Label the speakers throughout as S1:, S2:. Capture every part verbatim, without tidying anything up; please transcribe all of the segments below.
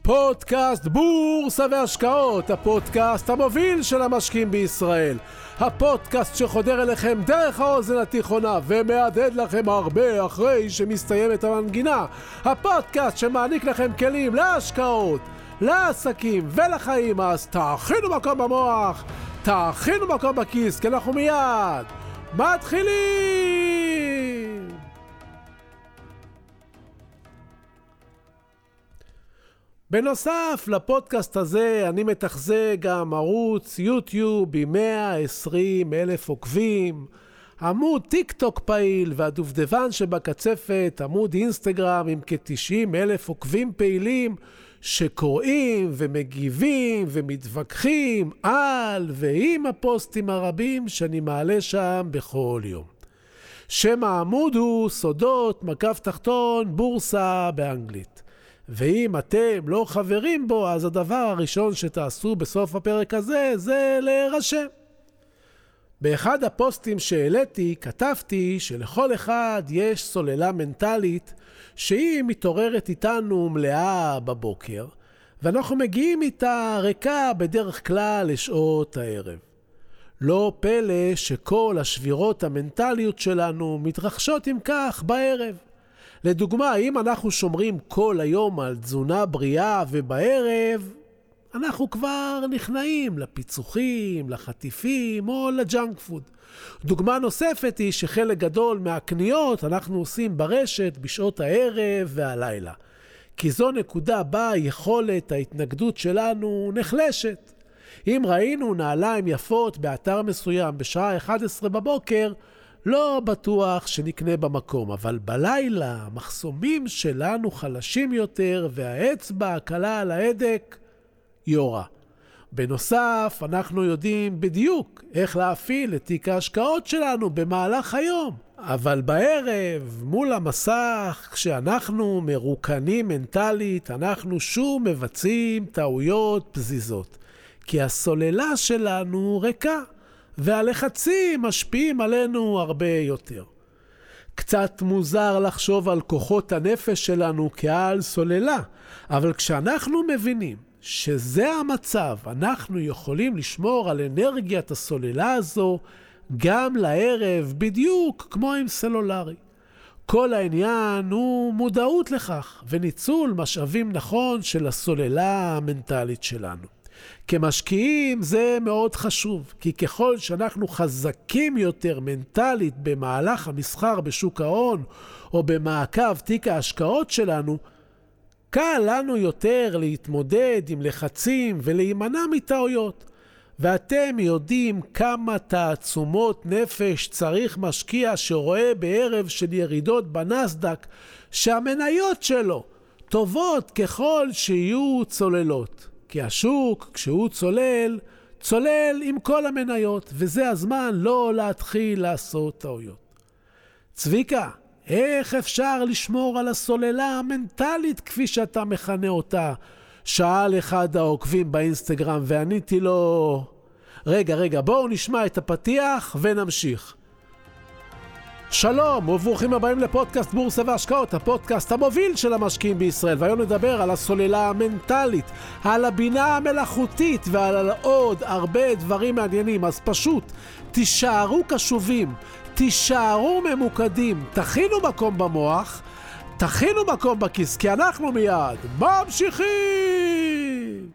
S1: פודקאסט בורסה והשקעות, הפודקאסט המוביל של המשקיעים בישראל. הפודקאסט שחודר אליכם דרך האוזן התיכונה ומעדד לכם הרבה אחרי שמסתיימת המנגינה. הפודקאסט שמעניק לכם כלים להשקעות, לעסקים ולחיים. אז תאכינו מקום במוח, תאכינו מקום בכיס, כי אנחנו מיד מתחילים. בנוסף לפודקאסט הזה אני מתחזק גם ערוץ יוטיוב עם מאה ועשרים אלף עוקבים, עמוד טיק טוק פעיל והדובדבן שבקצפת, עמוד אינסטגרם עם כ-תשעים אלף עוקבים פעילים שקוראים ומגיבים ומתווכחים על ועם הפוסטים הרבים שאני מעלה שם בכל יום. שם העמוד הוא סודות מקף תחתון בורסה באנגלית. ואם אתם לא חברים בו, אז הדבר הראשון שתעשו בסוף הפרק הזה זה להירשם. באחד הפוסטים שהעליתי כתבתי שלכל אחד יש סוללה מנטלית שהיא מתעוררת איתנו מלאה בבוקר, ואנחנו מגיעים איתה ריקה בדרך כלל לשעות הערב. לא פלא שכל השבירות המנטליות שלנו מתרחשות עם כך בערב. לדוגמה, אם אנחנו שומרים כל היום על תזונה בריאה ובערב, אנחנו כבר נכנעים לפיצוחים, לחטיפים או לג'אנק פוד. דוגמה נוספת היא שחלק גדול מהקניות אנחנו עושים ברשת בשעות הערב והלילה. כי זו נקודה בה יכולת ההתנגדות שלנו נחלשת. אם ראינו נעליים יפות באתר מסוים בשעה אחת עשרה בבוקר, לא בטוח שנקנה במקום, אבל בלילה המחסומים שלנו חלשים יותר והאצבע הקלה על ההדק יורה. בנוסף, אנחנו יודעים בדיוק איך להפעיל את תיק ההשקעות שלנו במהלך היום. אבל בערב, מול המסך, כשאנחנו מרוקנים מנטלית, אנחנו שוב מבצעים טעויות פזיזות. כי הסוללה שלנו ריקה. והלחצים משפיעים עלינו הרבה יותר. קצת מוזר לחשוב על כוחות הנפש שלנו כעל סוללה, אבל כשאנחנו מבינים שזה המצב, אנחנו יכולים לשמור על אנרגיית הסוללה הזו גם לערב, בדיוק כמו עם סלולרי. כל העניין הוא מודעות לכך וניצול משאבים נכון של הסוללה המנטלית שלנו. כמשקיעים זה מאוד חשוב, כי ככל שאנחנו חזקים יותר מנטלית במהלך המסחר בשוק ההון או במעקב תיק ההשקעות שלנו, קל לנו יותר להתמודד עם לחצים ולהימנע מטעויות. ואתם יודעים כמה תעצומות נפש צריך משקיע שרואה בערב של ירידות בנסדק שהמניות שלו טובות ככל שיהיו צוללות. כי השוק, כשהוא צולל, צולל עם כל המניות, וזה הזמן לא להתחיל לעשות טעויות. צביקה, איך אפשר לשמור על הסוללה המנטלית כפי שאתה מכנה אותה? שאל אחד העוקבים באינסטגרם ועניתי לו, רגע, רגע, בואו נשמע את הפתיח ונמשיך. שלום וברוכים הבאים לפודקאסט בורסה והשקעות, הפודקאסט המוביל של המשקיעים בישראל, והיום נדבר על הסוללה המנטלית, על הבינה המלאכותית ועל עוד הרבה דברים מעניינים. אז פשוט תישארו קשובים, תישארו ממוקדים, תכינו מקום במוח, תכינו מקום בכיס, כי אנחנו מיד ממשיכים.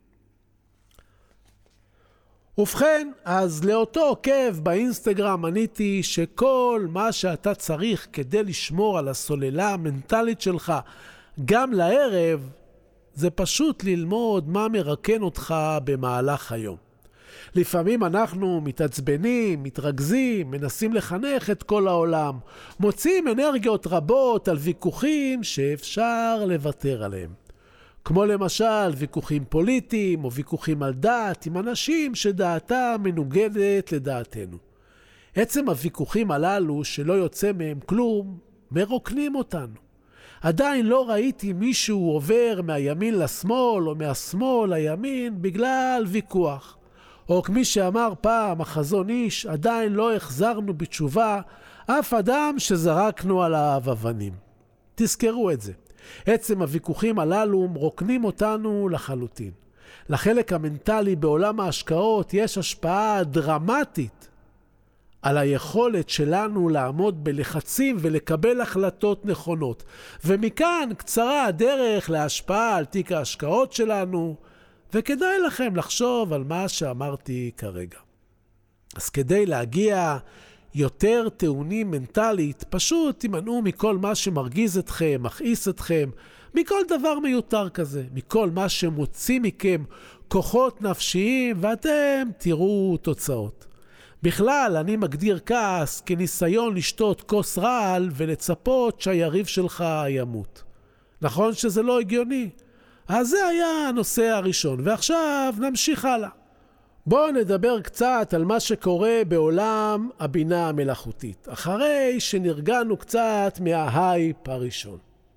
S1: ובכן, אז לאותו עוקב באינסטגרם עניתי שכל מה שאתה צריך כדי לשמור על הסוללה המנטלית שלך גם לערב, זה פשוט ללמוד מה מרקן אותך במהלך היום. לפעמים אנחנו מתעצבנים, מתרכזים, מנסים לחנך את כל העולם, מוצאים אנרגיות רבות על ויכוחים שאפשר לוותר עליהם. כמו למשל ויכוחים פוליטיים או ויכוחים על דת עם אנשים שדעתה מנוגדת לדעתנו. עצם הוויכוחים הללו שלא יוצא מהם כלום, מרוקנים אותנו. עדיין לא ראיתי מישהו עובר מהימין לשמאל או מהשמאל לימין בגלל ויכוח. או כמי שאמר פעם החזון איש, עדיין לא החזרנו בתשובה אף אדם שזרקנו עליו אבנים. תזכרו את זה. עצם הוויכוחים הללו מרוקנים אותנו לחלוטין. לחלק המנטלי בעולם ההשקעות יש השפעה דרמטית על היכולת שלנו לעמוד בלחצים ולקבל החלטות נכונות. ומכאן קצרה הדרך להשפעה על תיק ההשקעות שלנו, וכדאי לכם לחשוב על מה שאמרתי כרגע. אז כדי להגיע יותר טעונים מנטלית, פשוט תימנעו מכל מה שמרגיז אתכם, מכעיס אתכם, מכל דבר מיותר כזה, מכל מה שמוציא מכם כוחות נפשיים, ואתם תראו תוצאות. בכלל, אני מגדיר כעס כניסיון לשתות כוס רעל ולצפות שהיריב שלך ימות. נכון שזה לא הגיוני? אז זה היה הנושא הראשון, ועכשיו נמשיך הלאה. בואו נדבר קצת על מה שקורה בעולם הבינה המלאכותית, אחרי שנרגענו קצת מההייפ הראשון.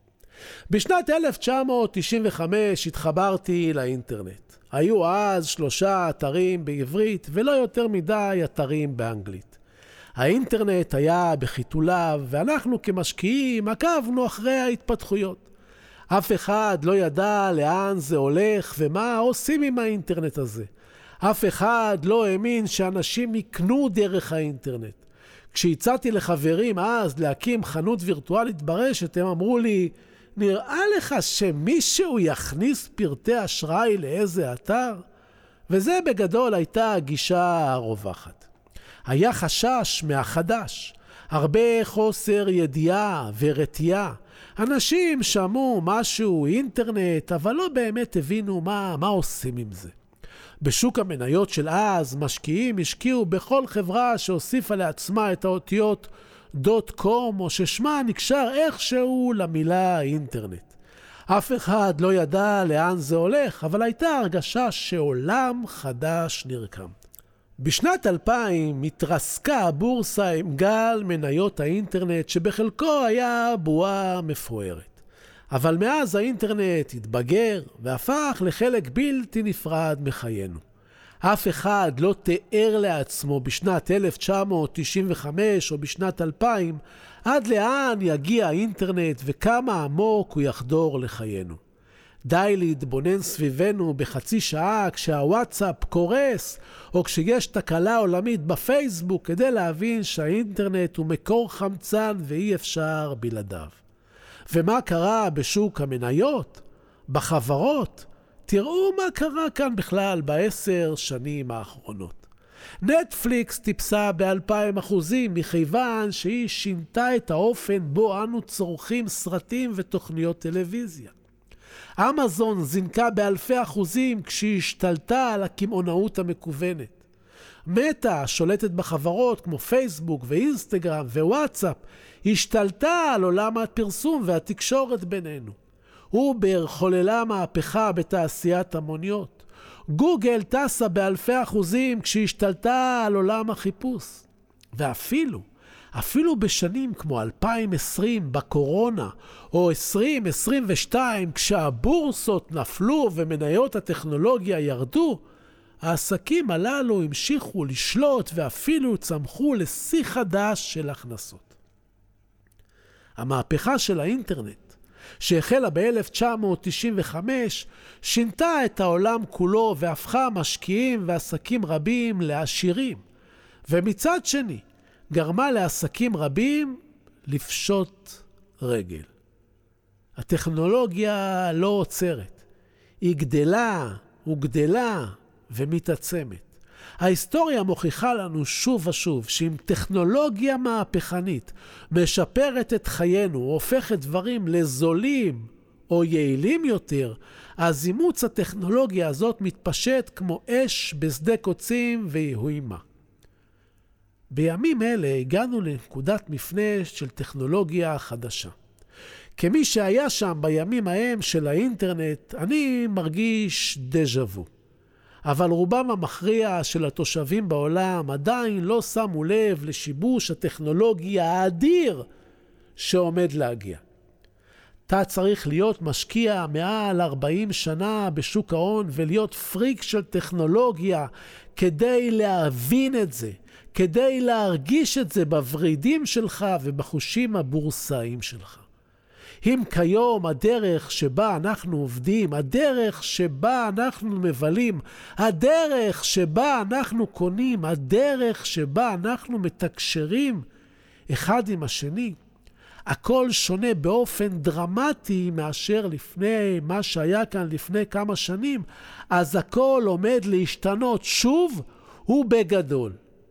S1: בשנת אלף תשע מאות תשעים וחמש התחברתי לאינטרנט. היו אז שלושה אתרים בעברית ולא יותר מדי אתרים באנגלית. האינטרנט היה בחיתוליו ואנחנו כמשקיעים עקבנו אחרי ההתפתחויות. אף אחד לא ידע לאן זה הולך ומה עושים עם האינטרנט הזה. אף אחד לא האמין שאנשים יקנו דרך האינטרנט. כשהצעתי לחברים אז להקים חנות וירטואלית ברשת, הם אמרו לי, נראה לך שמישהו יכניס פרטי אשראי לאיזה אתר? וזה בגדול הייתה הגישה הרווחת. היה חשש מהחדש, הרבה חוסר ידיעה ורתיעה. אנשים שמעו משהו אינטרנט, אבל לא באמת הבינו מה, מה עושים עם זה. בשוק המניות של אז, משקיעים השקיעו בכל חברה שהוסיפה לעצמה את האותיות דוט קום, או ששמה נקשר איכשהו למילה אינטרנט. אף אחד לא ידע לאן זה הולך, אבל הייתה הרגשה שעולם חדש נרקם. בשנת אלפיים התרסקה הבורסה עם גל מניות האינטרנט, שבחלקו היה בועה מפוארת. אבל מאז האינטרנט התבגר והפך לחלק בלתי נפרד מחיינו. אף אחד לא תיאר לעצמו בשנת אלף תשע מאות תשעים וחמש או בשנת אלפיים עד לאן יגיע האינטרנט וכמה עמוק הוא יחדור לחיינו. די להתבונן סביבנו בחצי שעה כשהוואטסאפ קורס או כשיש תקלה עולמית בפייסבוק כדי להבין שהאינטרנט הוא מקור חמצן ואי אפשר בלעדיו. ומה קרה בשוק המניות? בחברות? תראו מה קרה כאן בכלל בעשר שנים האחרונות. נטפליקס טיפסה באלפיים אחוזים מכיוון שהיא שינתה את האופן בו אנו צורכים סרטים ותוכניות טלוויזיה. אמזון זינקה באלפי אחוזים כשהיא השתלטה על הקמעונאות המקוונת. מטא שולטת בחברות כמו פייסבוק ואינסטגרם ווואטסאפ, השתלטה על עולם הפרסום והתקשורת בינינו. אובר חוללה מהפכה בתעשיית המוניות. גוגל טסה באלפי אחוזים כשהשתלטה על עולם החיפוש. ואפילו, אפילו בשנים כמו אלפיים ועשרים בקורונה, או עשרים עשרים ושתיים כשהבורסות נפלו ומניות הטכנולוגיה ירדו, העסקים הללו המשיכו לשלוט ואפילו צמחו לשיא חדש של הכנסות. המהפכה של האינטרנט, שהחלה ב-אלף תשע מאות תשעים וחמש, שינתה את העולם כולו והפכה משקיעים ועסקים רבים לעשירים. ומצד שני, גרמה לעסקים רבים לפשוט רגל. הטכנולוגיה לא עוצרת. היא גדלה וגדלה ומתעצמת. ההיסטוריה מוכיחה לנו שוב ושוב שאם טכנולוגיה מהפכנית משפרת את חיינו, הופכת דברים לזולים או יעילים יותר, אז אימוץ הטכנולוגיה הזאת מתפשט כמו אש בשדה קוצים ויהוימה. בימים אלה הגענו לנקודת מפנה של טכנולוגיה חדשה. כמי שהיה שם בימים ההם של האינטרנט, אני מרגיש דז'ה וו. אבל רובם המכריע של התושבים בעולם עדיין לא שמו לב לשיבוש הטכנולוגי האדיר שעומד להגיע. אתה צריך להיות משקיע מעל ארבעים שנה בשוק ההון ולהיות פריק של טכנולוגיה כדי להבין את זה, כדי להרגיש את זה בוורידים שלך ובחושים הבורסאיים שלך. אם כיום הדרך שבה אנחנו עובדים, הדרך שבה אנחנו מבלים, הדרך שבה אנחנו קונים, הדרך שבה אנחנו מתקשרים אחד עם השני, הכל שונה באופן דרמטי מאשר לפני מה שהיה כאן לפני כמה שנים, אז הכל עומד להשתנות שוב ובגדול.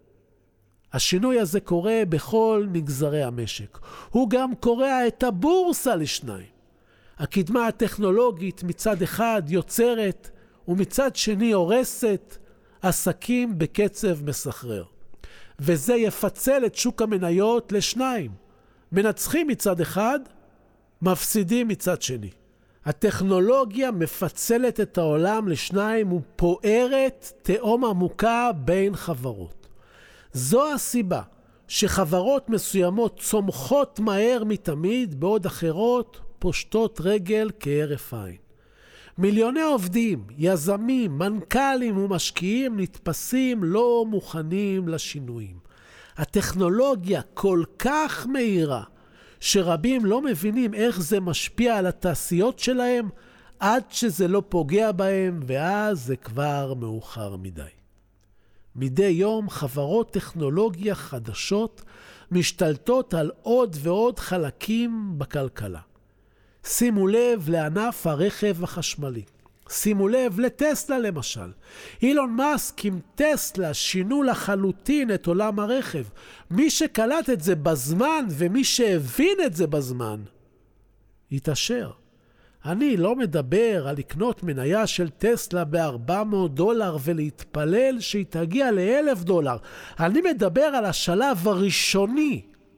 S1: השינוי הזה קורה בכל מגזרי המשק. הוא גם קורע את הבורסה לשניים. הקדמה הטכנולוגית מצד אחד יוצרת ומצד שני הורסת עסקים בקצב מסחרר. וזה יפצל את שוק המניות לשניים. מנצחים מצד אחד, מפסידים מצד שני. הטכנולוגיה מפצלת את העולם לשניים ופוערת תהום עמוקה בין חברות. זו הסיבה שחברות מסוימות צומחות מהר מתמיד, בעוד אחרות פושטות רגל כהרף עין. מיליוני עובדים, יזמים, מנכ"לים ומשקיעים נתפסים לא מוכנים לשינויים. הטכנולוגיה כל כך מהירה, שרבים לא מבינים איך זה משפיע על התעשיות שלהם, עד שזה לא פוגע בהם, ואז זה כבר מאוחר מדי. מדי יום חברות טכנולוגיה חדשות משתלטות על עוד ועוד חלקים בכלכלה. שימו לב לענף הרכב החשמלי. שימו לב לטסלה למשל. אילון מאסק עם טסלה שינו לחלוטין את עולם הרכב. מי שקלט את זה בזמן ומי שהבין את זה בזמן, יתעשר. אני לא מדבר על לקנות מניה של טסלה ב-ארבע מאות דולר ולהתפלל שהיא תגיע ל-אלף דולר. אני מדבר על השלב הראשוני,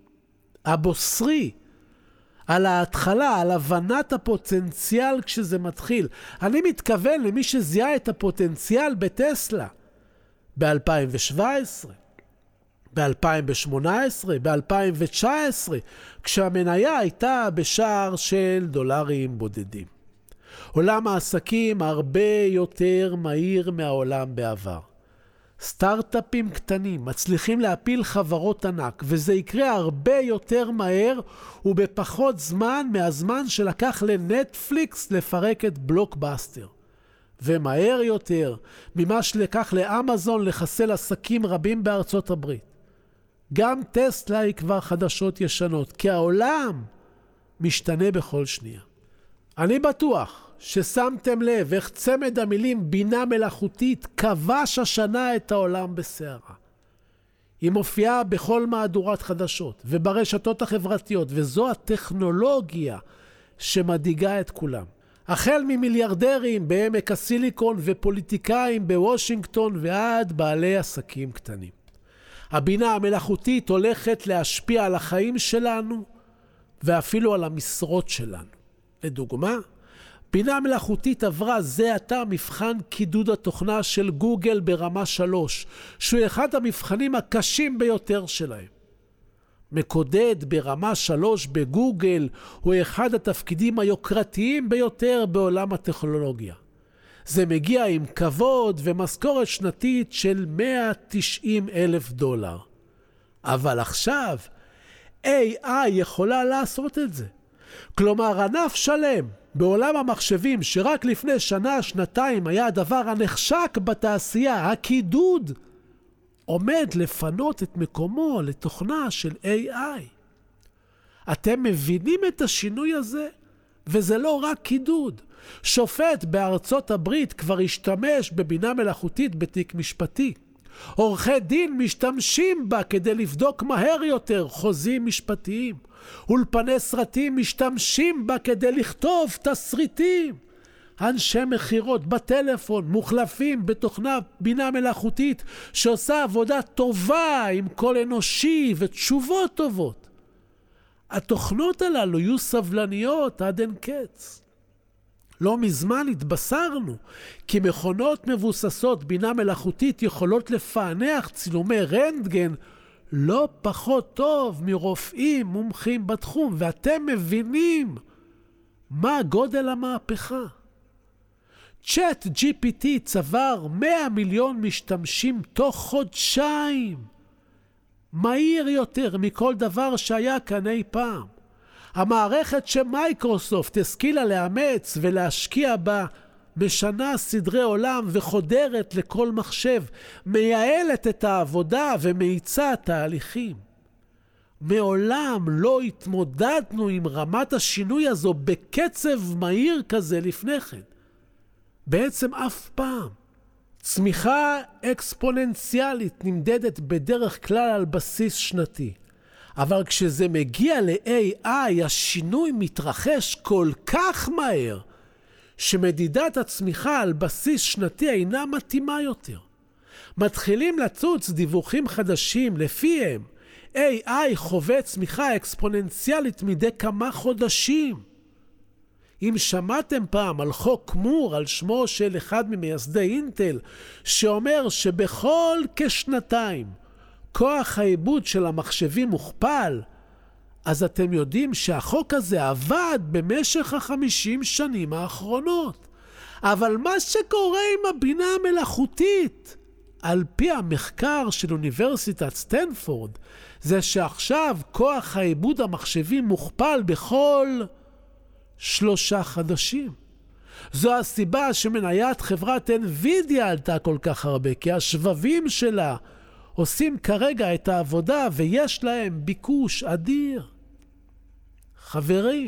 S1: הבוסרי, על ההתחלה, על הבנת הפוטנציאל כשזה מתחיל. אני מתכוון למי שזיהה את הפוטנציאל בטסלה ב-אלפיים שבע עשרה, ב-אלפיים שמונה עשרה, ב-אלפיים תשע עשרה, כשהמניה הייתה בשער של דולרים בודדים. עולם העסקים הרבה יותר מהיר מהעולם בעבר. סטארט-אפים קטנים מצליחים להפיל חברות ענק, וזה יקרה הרבה יותר מהר ובפחות זמן מהזמן שלקח לנטפליקס לפרק את בלוקבאסטר. ומהר יותר ממה שלקח לאמזון לחסל עסקים רבים בארצות הברית. גם טסלה היא כבר חדשות ישנות, כי העולם משתנה בכל שנייה. אני בטוח ששמתם לב איך צמד המילים בינה מלאכותית כבש השנה את העולם בסערה. היא מופיעה בכל מהדורת חדשות וברשתות החברתיות, וזו הטכנולוגיה שמדאיגה את כולם. החל ממיליארדרים בעמק הסיליקון ופוליטיקאים בוושינגטון ועד בעלי עסקים קטנים. הבינה המלאכותית הולכת להשפיע על החיים שלנו ואפילו על המשרות שלנו. לדוגמה, בינה מלאכותית עברה זה עתה מבחן קידוד התוכנה של גוגל ברמה שלוש, שהוא אחד המבחנים הקשים ביותר שלהם. מקודד ברמה שלוש בגוגל הוא אחד התפקידים היוקרתיים ביותר בעולם הטכנולוגיה. זה מגיע עם כבוד ומשכורת שנתית של מאה ותשעים אלף דולר. אבל עכשיו איי איי יכולה לעשות את זה. כלומר, ענף שלם בעולם המחשבים שרק לפני שנה, שנתיים היה הדבר הנחשק בתעשייה, הקידוד, עומד לפנות את מקומו לתוכנה של איי איי. אתם מבינים את השינוי הזה? וזה לא רק קידוד. שופט בארצות הברית כבר השתמש בבינה מלאכותית בתיק משפטי. עורכי דין משתמשים בה כדי לבדוק מהר יותר חוזים משפטיים. אולפני סרטים משתמשים בה כדי לכתוב תסריטים. אנשי מחירות בטלפון מוחלפים בתוכנה בינה מלאכותית שעושה עבודה טובה עם קול אנושי ותשובות טובות. התוכנות הללו יהיו סבלניות עד אין קץ. לא מזמן התבשרנו כי מכונות מבוססות בינה מלאכותית יכולות לפענח צילומי רנטגן לא פחות טוב מרופאים מומחים בתחום, ואתם מבינים מה גודל המהפכה. צ'אט ג'י פי טי צבר מאה מיליון משתמשים תוך חודשיים. מהיר יותר מכל דבר שהיה כאן אי פעם. המערכת שמייקרוסופט השכילה לאמץ ולהשקיע בה משנה סדרי עולם וחודרת לכל מחשב, מייעלת את העבודה ומאיצה תהליכים. מעולם לא התמודדנו עם רמת השינוי הזו בקצב מהיר כזה לפני כן. בעצם אף פעם. צמיחה אקספוננציאלית נמדדת בדרך כלל על בסיס שנתי. אבל כשזה מגיע ל-איי איי, השינוי מתרחש כל כך מהר, שמדידת הצמיחה על בסיס שנתי אינה מתאימה יותר. מתחילים לצוץ דיווחים חדשים לפיהם, איי איי חווה צמיחה אקספוננציאלית מדי כמה חודשים. אם שמעתם פעם על חוק מור, על שמו של אחד ממייסדי אינטל, שאומר שבכל כשנתיים כוח העיבוד של המחשבים מוכפל, אז אתם יודעים שהחוק הזה עבד במשך החמישים שנים האחרונות. אבל מה שקורה עם הבינה המלאכותית, על פי המחקר של אוניברסיטת סטנפורד, זה שעכשיו כוח העיבוד המחשבים מוכפל בכל שלושה חודשים. זו הסיבה שמניית חברת NVIDIA עלתה כל כך הרבה, כי השבבים שלה עושים כרגע את העבודה ויש להם ביקוש אדיר. חברים,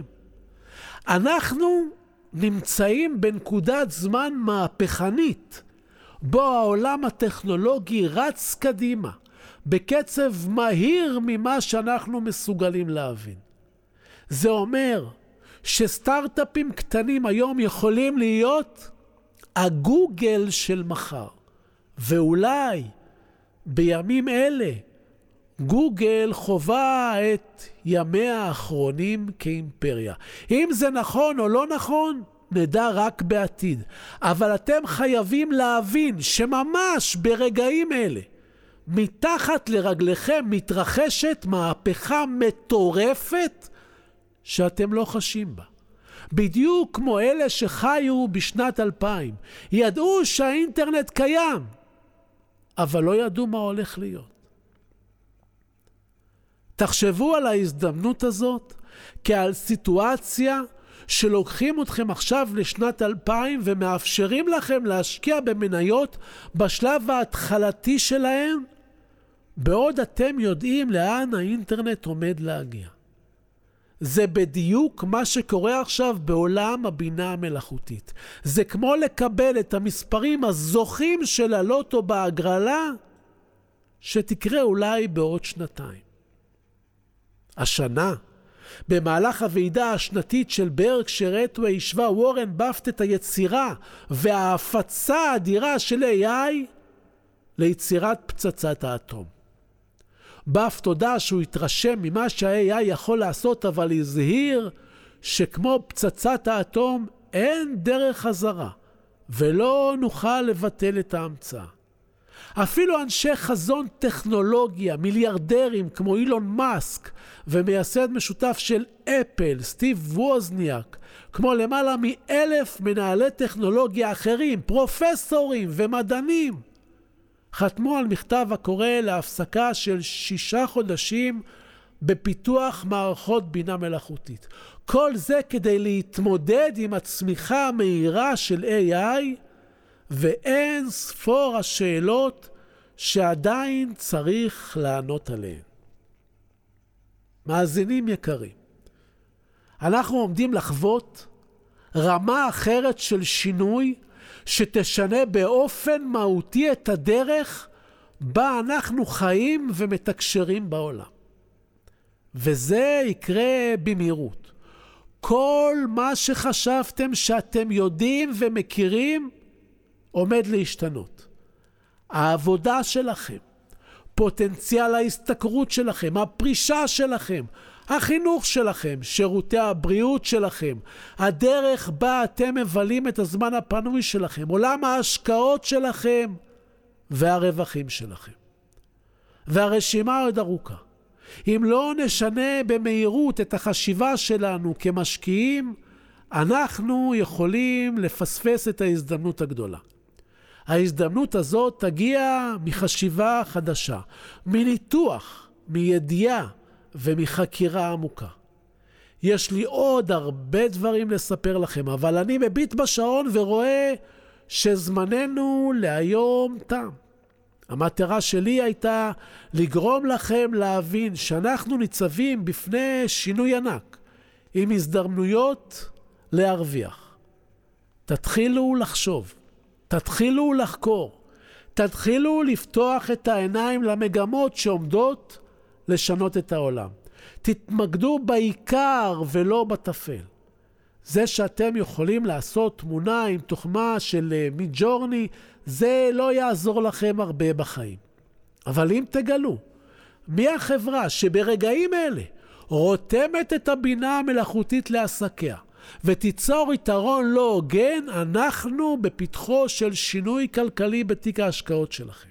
S1: אנחנו נמצאים בנקודת זמן מהפכנית, בו העולם הטכנולוגי רץ קדימה, בקצב מהיר ממה שאנחנו מסוגלים להבין. זה אומר שסטארט-אפים קטנים היום יכולים להיות הגוגל של מחר. ואולי בימים אלה גוגל חובה את ימיה האחרונים כאימפריה. אם זה נכון או לא נכון, נדע רק בעתיד. אבל אתם חייבים להבין שממש ברגעים אלה, מתחת לרגליכם מתרחשת מהפכה מטורפת שאתם לא חשים בה. בדיוק כמו אלה שחיו בשנת אלפיים. ידעו שהאינטרנט קיים, אבל לא ידעו מה הולך להיות. תחשבו על ההזדמנות הזאת כעל סיטואציה שלוקחים אתכם עכשיו לשנת אלפיים ומאפשרים לכם להשקיע במניות בשלב ההתחלתי שלהם, בעוד אתם יודעים לאן האינטרנט עומד להגיע. זה בדיוק מה שקורה עכשיו בעולם הבינה המלאכותית. זה כמו לקבל את המספרים הזוכים של הלוטו בהגרלה, שתקרה אולי בעוד שנתיים. השנה, במהלך הוועידה השנתית של ברקשייר האתווי, השווה וורן באפט את היצירה וההפצה האדירה של איי איי ליצירת פצצת האטום. באפט הודה שהוא התרשם ממה שה-איי איי יכול לעשות, אבל הזהיר שכמו פצצת האטום אין דרך חזרה, ולא נוכל לבטל את ההמצאה. אפילו אנשי חזון טכנולוגיה, מיליארדרים כמו אילון מאסק, ומייסד משותף של אפל, סטיב ווזניאק, כמו למעלה מאלף מנהלי טכנולוגיה אחרים, פרופסורים ומדענים, חתמו על מכתב הקורא להפסקה של שישה חודשים בפיתוח מערכות בינה מלאכותית. כל זה כדי להתמודד עם הצמיחה המהירה של איי איי, ואין ספור השאלות שעדיין צריך לענות עליהן. מאזינים יקרים, אנחנו עומדים לחוות רמה אחרת של שינוי שתשנה באופן מהותי את הדרך בה אנחנו חיים ומתקשרים בעולם. וזה יקרה במהירות. כל מה שחשבתם שאתם יודעים ומכירים עומד להשתנות. העבודה שלכם, פוטנציאל ההסתכרות שלכם, הפרישה שלכם, החינוך שלכם, שירותי הבריאות שלכם, הדרך בה אתם מבלים את הזמן הפנוי שלכם, עולם ההשקעות שלכם והרווחים שלכם. והרשימה עוד ארוכה. אם לא נשנה במהירות את החשיבה שלנו כמשקיעים, אנחנו יכולים לפספס את ההזדמנות הגדולה. ההזדמנות הזאת תגיע מחשיבה חדשה, מניתוח, מידיעה ומחקירה עמוקה. יש לי עוד הרבה דברים לספר לכם, אבל אני מביט בשעון ורואה שזמננו להיום תם. המטרה שלי הייתה לגרום לכם להבין שאנחנו ניצבים בפני שינוי ענק, עם הזדמנויות להרוויח. תתחילו לחשוב, תתחילו לחקור, תתחילו לפתוח את העיניים למגמות שעומדות לשנות את העולם. תתמקדו בעיקר ולא בטפל. זה שאתם יכולים לעשות תמונה עם תוכנה של מידג'ורני, זה לא יעזור לכם הרבה בחיים. אבל אם תגלו, מי החברה שברגעים אלה רותמת את הבינה המלאכותית לעסקיה, ותיצור יתרון לא הוגן, אנחנו בפתחו של שינוי כלכלי בתיק ההשקעות שלכם.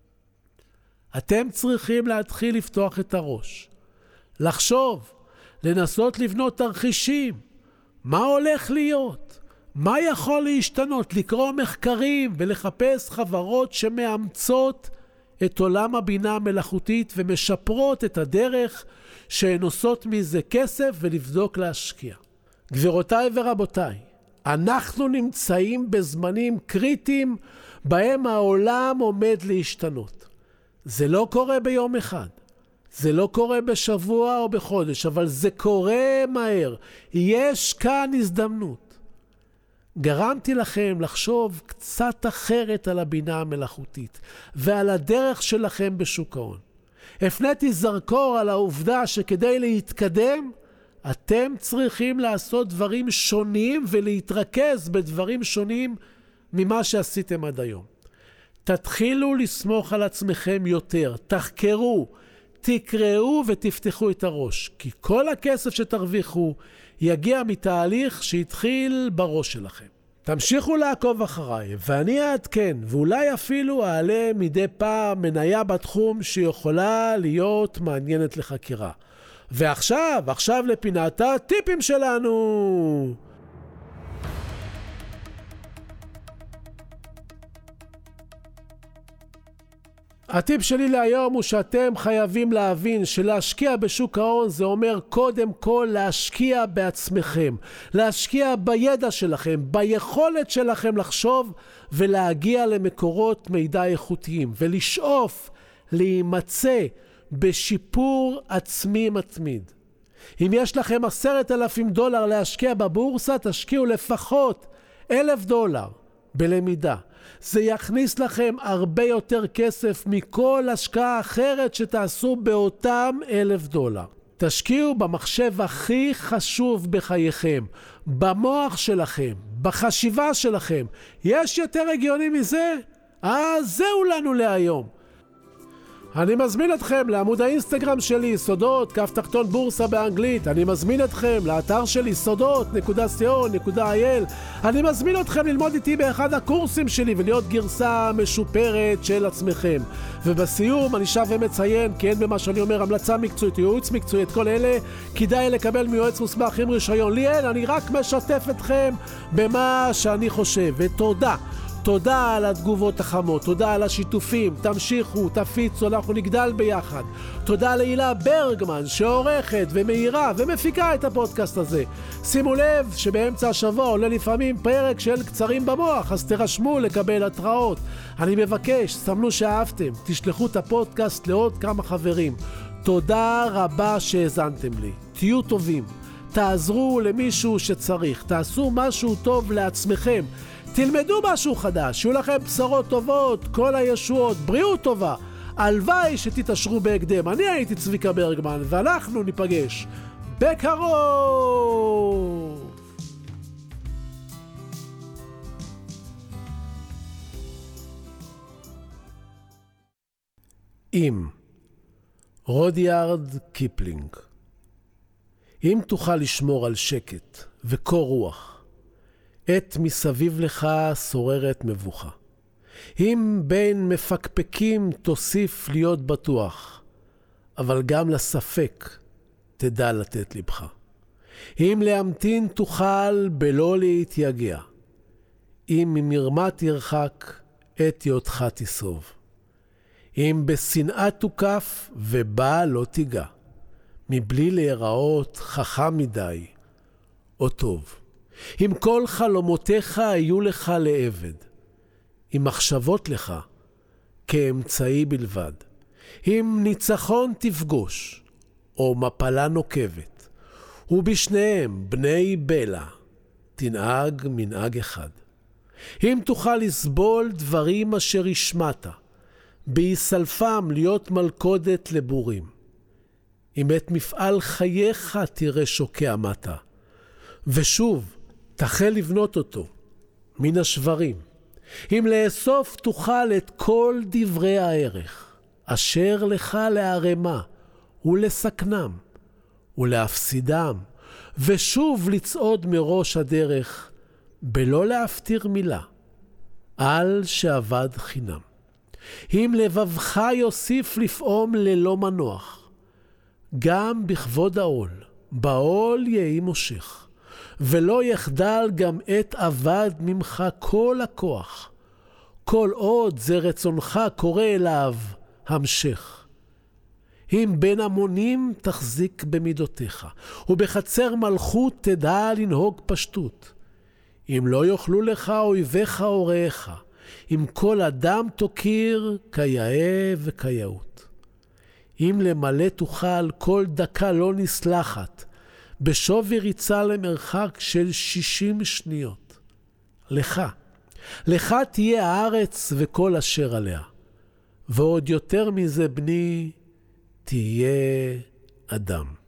S1: אתם צריכים להתחיל לפתוח את הראש, לחשוב, לנסות לבנות תרחישים, מה הולך להיות, מה יכול להשתנות, לקרוא מחקרים ולחפש חברות שמאמצות את עולם הבינה המלאכותית ומשפרות את הדרך שהן עושות מזה כסף ולבדוק להשקיע. גבירותיי ורבותיי, אנחנו נמצאים בזמנים קריטיים בהם העולם עומד להשתנות. זה לא קורה ביום אחד, זה לא קורה בשבוע או בחודש, אבל זה קורה מהר. יש כאן הזדמנות. גרמתי לכם לחשוב קצת אחרת על הבינה המלאכותית ועל הדרך שלכם בשוק ההון. הפניתי זרקור על העובדה שכדי להתקדם, אתם צריכים לעשות דברים שונים ולהתרכז בדברים שונים ממה שעשיתם עד היום. תתחילו לסמוך על עצמכם יותר, תחקרו, תקראו ותפתחו את הראש, כי כל הכסף שתרוויחו יגיע מתהליך שהתחיל בראש שלכם. תמשיכו לעקוב אחריי, ואני אעדכן, ואולי אפילו אעלה מדי פעם מניה בתחום שיכולה להיות מעניינת לחקירה. ועכשיו, עכשיו לפינת הטיפים שלנו. הטיפ שלי להיום הוא שאתם חייבים להבין שלהשקיע בשוק ההון זה אומר קודם כל להשקיע בעצמכם, להשקיע בידע שלכם, ביכולת שלכם לחשוב ולהגיע למקורות מידע איכותיים ולשאוף להימצא בשיפור עצמי מתמיד. אם יש לכם עשרת אלפים דולר להשקיע בבורסה, תשקיעו לפחות אלף דולר בלמידה. זה יכניס לכם הרבה יותר כסף מכל השקעה אחרת שתעשו באותם אלף דולר. תשקיעו במחשב הכי חשוב בחייכם, במוח שלכם, בחשיבה שלכם. יש יותר הגיוני מזה? אז זהו לנו להיום. אני מזמין אתכם לעמוד האינסטגרם שלי, סודות, כף תחתון בורסה באנגלית. אני מזמין אתכם לאתר שלי, סודות נקודה סי או נקודה איי אל. אני מזמין אתכם ללמוד איתי באחד הקורסים שלי ולהיות גרסה משופרת של עצמכם. ובסיום אני שב ומציין, כי אין במה שאני אומר המלצה מקצועית, ייעוץ מקצועי, את כל אלה כדאי לקבל מיועץ מוסמך עם רישיון. לי אין, אני רק משתף אתכם במה שאני חושב. ותודה. תודה על התגובות החמות, תודה על השיתופים, תמשיכו, תפיצו, אנחנו נגדל ביחד. תודה להילה ברגמן שעורכת ומהירה ומפיקה את הפודקאסט הזה. שימו לב שבאמצע השבוע עולה לפעמים פרק של קצרים במוח, אז תרשמו לקבל התראות. אני מבקש, סמנו שאהבתם, תשלחו את הפודקאסט לעוד כמה חברים. תודה רבה שהזנתם לי, תהיו טובים, תעזרו למישהו שצריך, תעשו משהו טוב לעצמכם. תלמדו משהו חדש, שיהיו לכם בשורות טובות, כל הישועות, בריאות טובה. הלוואי שתתעשרו בהקדם. אני הייתי צביקה ברגמן, ואנחנו ניפגש בקרוב. אם רודיארד קיפלינג, אם תוכל לשמור על שקט וקור רוח, עת מסביב לך שוררת מבוכה. אם בין מפקפקים תוסיף להיות בטוח, אבל גם לספק תדע לתת לבך. אם להמתין תוכל בלא להתייגע, אם ממרמה תרחק עת היותך תסוב. אם בשנאה תוקף ובה לא תיגע, מבלי להיראות חכם מדי או טוב. אם כל חלומותיך היו לך לעבד, אם מחשבות לך כאמצעי בלבד, אם ניצחון תפגוש או מפלה נוקבת, ובשניהם בני בלע תנהג מנהג אחד. אם תוכל לסבול דברים אשר השמעת, ביסלפם להיות מלכודת לבורים. אם את מפעל חייך תראה שוקע מטה, ושוב תחל לבנות אותו מן השברים. אם לאסוף תוכל את כל דברי הערך, אשר לך להרמה ולסכנם ולהפסידם, ושוב לצעוד מראש הדרך בלא להפתיר מילה, על שעבד חינם. אם לבבך יוסיף לפעום ללא מנוח, גם בכבוד העול, בעול יהי מושך, ולא יחדל גם את עבד ממך כל הכוח, כל עוד זה רצונך קורא אליו המשך. אם בין המונים תחזיק במידותיך, ובחצר מלכות תדע לנהוג פשטות. אם לא יאכלו לך אויביך או רעיך, אם כל אדם תוקיר כיאה וכיאות. אם למלא תוכל כל דקה לא נסלחת, בשווי ריצה למרחק של שישים שניות. לך, לך תהיה הארץ וכל אשר עליה. ועוד יותר מזה בני, תהיה אדם.